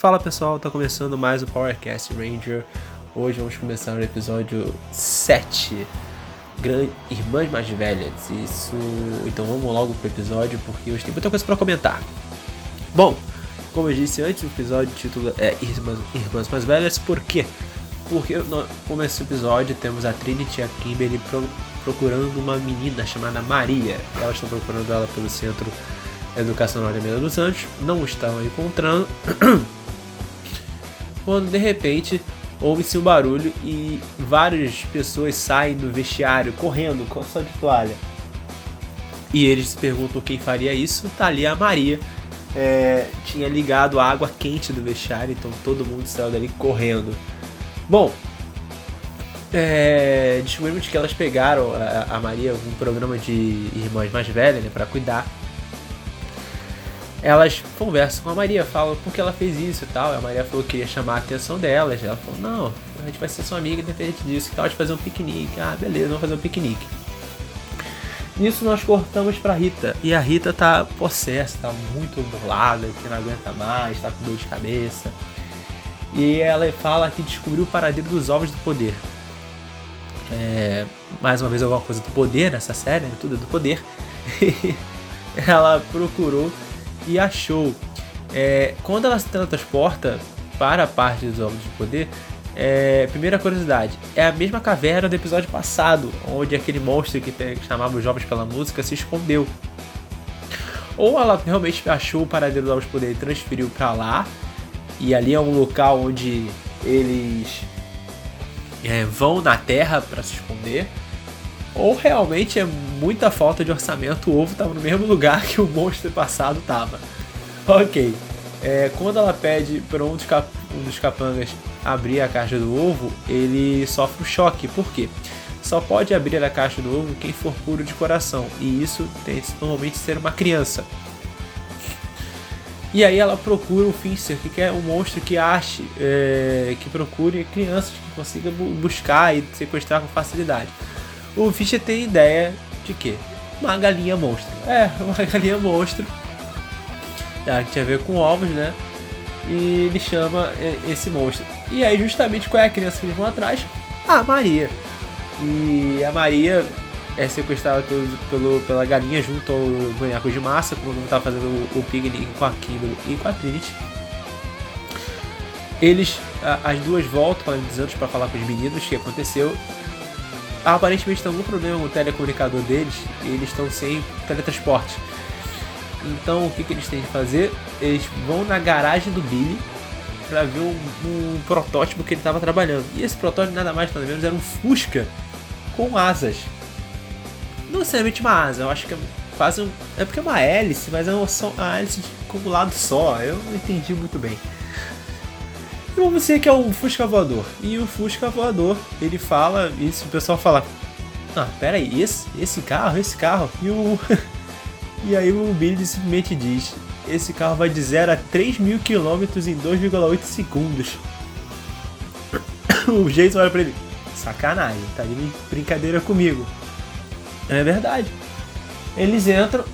Fala pessoal, tá começando mais o PowerCast Ranger. Hoje vamos começar o episódio 7, Irmãs Mais Velhas. Então vamos logo pro episódio, porque hoje tem muita coisa pra comentar. Bom, como eu disse antes, o episódio de título é Irmãs Mais Velhas. Por quê? Porque no começo do episódio temos a Trinity e a Kimberly procurando uma menina chamada Maria. Elas estão procurando ela pelo Centro Educacional de Almeida dos Anjos, não estão encontrando, quando de repente ouve-se um barulho e várias pessoas saem do vestiário correndo com só de toalha. E eles se perguntam quem faria isso. Tá ali a Maria, tinha ligado a água quente do vestiário, então todo mundo saiu dali correndo. Bom, descobrimos que elas pegaram a Maria, um programa de irmãs mais velhas, né, para cuidar. Elas conversam com a Maria, falam por que ela fez isso e tal. A Maria falou que queria chamar a atenção delas. Ela falou, não, a gente vai ser sua amiga independente disso e tal, de fazer um piquenique. Ah, beleza, vamos fazer um piquenique. Nisso nós cortamos pra Rita. E a Rita tá possessa, tá muito burlada, que não aguenta mais, tá com dor de cabeça. E ela fala que descobriu o paradeiro dos ovos do poder. Mais uma vez alguma coisa do poder nessa série, né? Tudo do poder. Ela procurou e achou. Quando ela se transporta para a parte dos ovos de poder, primeira curiosidade, é a mesma caverna do episódio passado, onde aquele monstro que chamava os jovens pela música se escondeu. Ou ela realmente achou o paradeiro dos ovos de poder e transferiu para lá, e ali é um local onde eles vão na terra para se esconder. Ou realmente é muita falta de orçamento, o ovo estava no mesmo lugar que o monstro passado estava. Ok. Quando ela pede para um dos capangas abrir a caixa do ovo, ele sofre um choque. Por quê? Só pode abrir a caixa do ovo quem for puro de coração. E isso tem que normalmente ser uma criança. E aí ela procura o Finster, que é um monstro que ache, que procure crianças que consiga buscar e sequestrar com facilidade. O Fischer tem ideia de quê? Uma galinha monstro. Uma galinha monstro. Que tinha a ver com ovos, né? E ele chama esse monstro. E aí justamente qual é a criança que eles vão atrás? A Maria. E a Maria é sequestrada pela galinha junto ao boneco de massa, quando estava fazendo o piquenique com a Kimberly e com a Trinity. As duas voltam para os anos para falar com os meninos o que aconteceu. Aparentemente tem algum problema com o telecomunicador deles e eles estão sem teletransporte. Então o que eles têm de fazer? Eles vão na garagem do Billy para ver um protótipo que ele estava trabalhando. E esse protótipo nada mais nada menos era um Fusca com asas. Não necessariamente uma asa, eu acho que é quase é porque é uma hélice, mas é uma hélice com um lado só. Eu não entendi muito bem. E vamos dizer que é um Fusca voador. E o Fusca voador, ele fala isso, o pessoal fala, pera aí, esse carro. E aí o Billy simplesmente diz, esse carro vai de 0 a 3.000 km em 2,8 segundos. O Jason olha pra ele, sacanagem, tá de brincadeira comigo. É verdade. Eles entram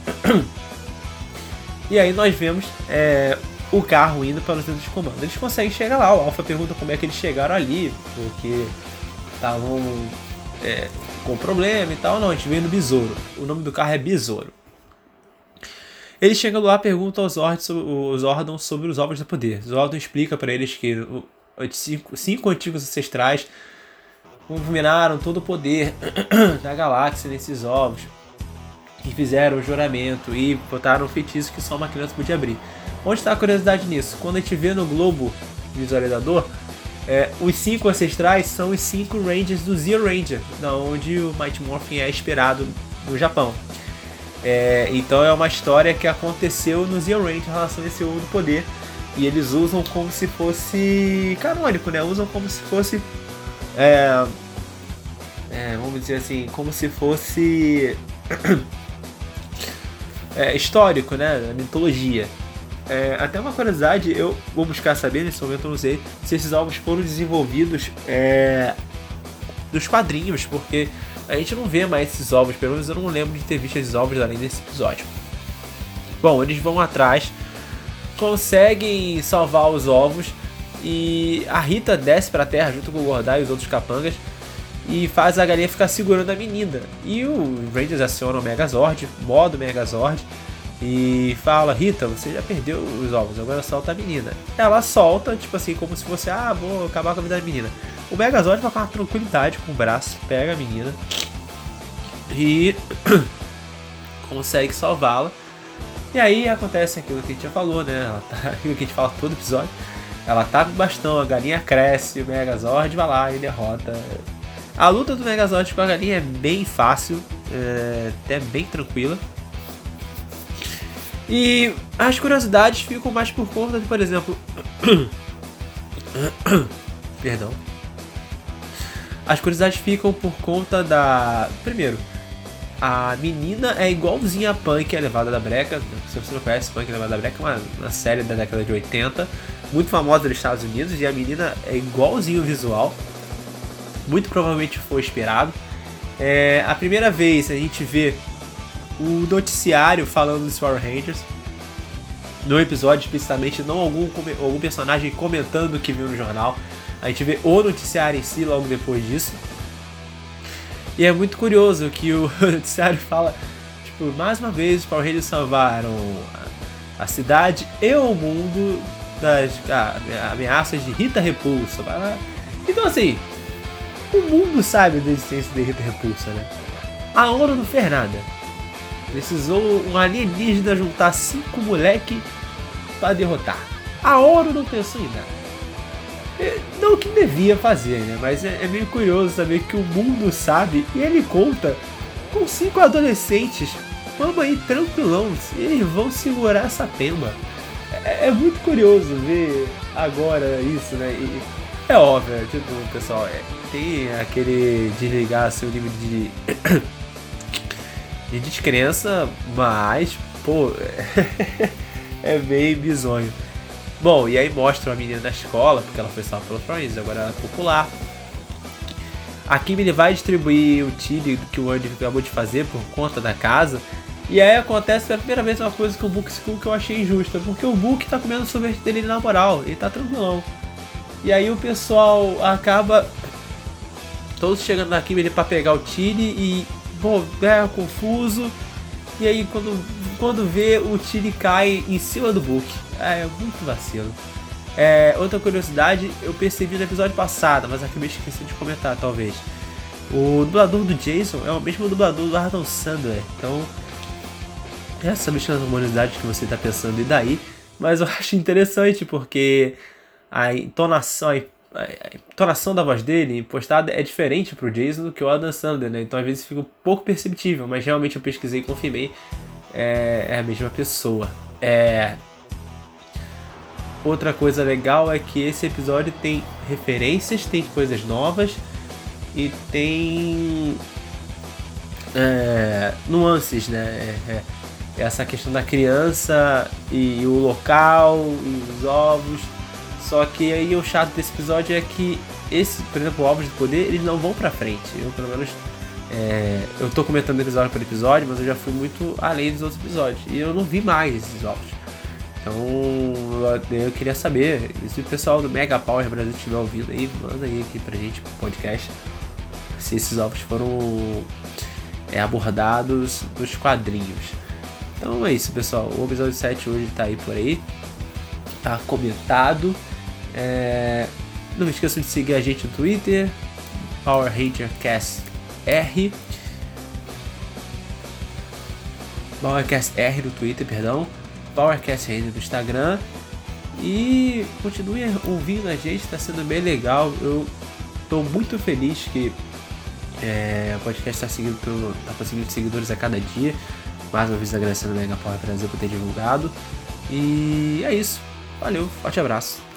e aí nós vemos o carro indo para o centro de comando. Eles conseguem chegar lá. O Alpha pergunta como é que eles chegaram ali, porque estavam com problema e tal. Não, a gente veio no Besouro. O nome do carro é Besouro. Eles chegam lá, perguntam aos Zordon sobre os ovos do poder. Zordon explica para eles que cinco antigos ancestrais combinaram todo o poder da galáxia nesses ovos e fizeram o juramento e botaram um feitiço que só uma criança podia abrir. Onde está a curiosidade nisso? Quando a gente vê no globo visualizador, os 5 ancestrais são os 5 Rangers do Zeo Ranger, da onde o Mighty Morphin é inspirado no Japão. Então é uma história que aconteceu no Zeo Ranger em relação a esse ovo do poder. E eles usam como se fosse canônico, né? Usam como se fosse vamos dizer assim, como se fosse histórico, né? Na mitologia. Até uma curiosidade, eu vou buscar saber, nesse momento eu não sei se esses ovos foram desenvolvidos dos quadrinhos, porque a gente não vê mais esses ovos, pelo menos eu não lembro de ter visto esses ovos além desse episódio. Bom, eles vão atrás conseguem salvar os ovos e a Rita desce pra terra junto com o Gordai e os outros capangas e faz a galinha ficar segurando a menina. E o Rangers aciona o Megazord, modo Megazord, e fala: Rita, você já perdeu os ovos, agora solta a menina. Ela solta, tipo assim, como se fosse: ah, vou acabar com a vida da menina. O Megazord vai com uma tranquilidade com o braço, pega a menina e consegue salvá-la. E aí acontece aquilo que a gente já falou, né? Aquilo que a gente fala todo episódio. Ela tá com o bastão, a galinha cresce, o Megazord vai lá e derrota. A luta do Megazord com a galinha é bem fácil, até bem tranquila. E as curiosidades ficam mais por conta de, por exemplo... Perdão. As curiosidades ficam por conta da... Primeiro, a menina é igualzinha a Punk, a Levada da Breca. Se você não conhece, Punk, a Levada da Breca é uma série da década de 80, muito famosa nos Estados Unidos, e a menina é igualzinho o visual. Muito provavelmente foi inspirado. A primeira vez a gente vê o noticiário falando dos Power Rangers. No episódio, explicitamente, não algum personagem comentando o que viu no jornal. A gente vê o noticiário em si logo depois disso. E é muito curioso que o noticiário fala, tipo, mais uma vez os Power Rangers salvaram a cidade e o mundo das ameaças de Rita Repulsa. Então assim, o mundo sabe da existência de Rita Repulsa, né? A ONU não fez nada. Precisou um alienígena juntar 5 moleque pra derrotar. A ONU não pensou em nada. Não que devia fazer, né? Mas é meio curioso saber que o mundo sabe e ele conta com 5 adolescentes. Vamos aí, tranquilão, eles vão segurar essa pemba. É muito curioso ver agora isso, né? E é óbvio, tipo, pessoal, tem aquele desligar seu nível de descrença, mas, pô, é bem bizonho. Bom, e aí mostra a menina na escola, porque ela foi salva pelos Power Rangers, agora ela é popular. A Kimberly vai distribuir o Tilly que o Andy acabou de fazer por conta da casa. E aí acontece pela primeira vez uma coisa com o Book School que eu achei injusta, porque o Book tá comendo o sorvete dele na moral, ele tá tranquilão. E aí o pessoal acaba todos chegando na Kimberly pra pegar o Tilly e, bom, confuso. E aí quando vê, o Tilly cai em cima do Book. É muito vacilo. Outra curiosidade, eu percebi no episódio passado, mas aqui eu me esqueci de comentar, talvez. O dublador do Jason é o mesmo dublador do Adam Sandler. Então, essa mistura de curiosidades que você está pensando, e daí? Mas eu acho interessante, porque a entonação da voz dele postada é diferente pro Jason do que o Adam Sandler, né? Então às vezes fica um pouco perceptível, mas realmente eu pesquisei e confirmei, é a mesma pessoa. Outra coisa legal é que esse episódio tem referências, tem coisas novas e tem nuances, né? Essa questão da criança e o local e os ovos. Só que aí o chato desse episódio é que por exemplo, ovos de poder, eles não vão pra frente. Eu, pelo menos, eu tô comentando episódio por episódio, mas eu já fui muito além dos outros episódios. E eu não vi mais esses ovos. Então, eu queria saber, se o pessoal do Mega Power Brasil estiver ouvindo aí, manda aí aqui pra gente, pro podcast, se esses ovos foram abordados nos quadrinhos. Então é isso, pessoal. O episódio 7 hoje tá aí por aí. Tá comentado. Não me esqueçam de seguir a gente no Twitter, Power Ranger Cast R. PowerCast R no Twitter, perdão. PowerCast R no Instagram. E continuem ouvindo a gente, tá sendo bem legal. Eu tô muito feliz que o podcast tá conseguindo seguidores a cada dia. Mais uma vez agradecendo o Mega Power Brasil por ter divulgado. E é isso. Valeu, forte abraço.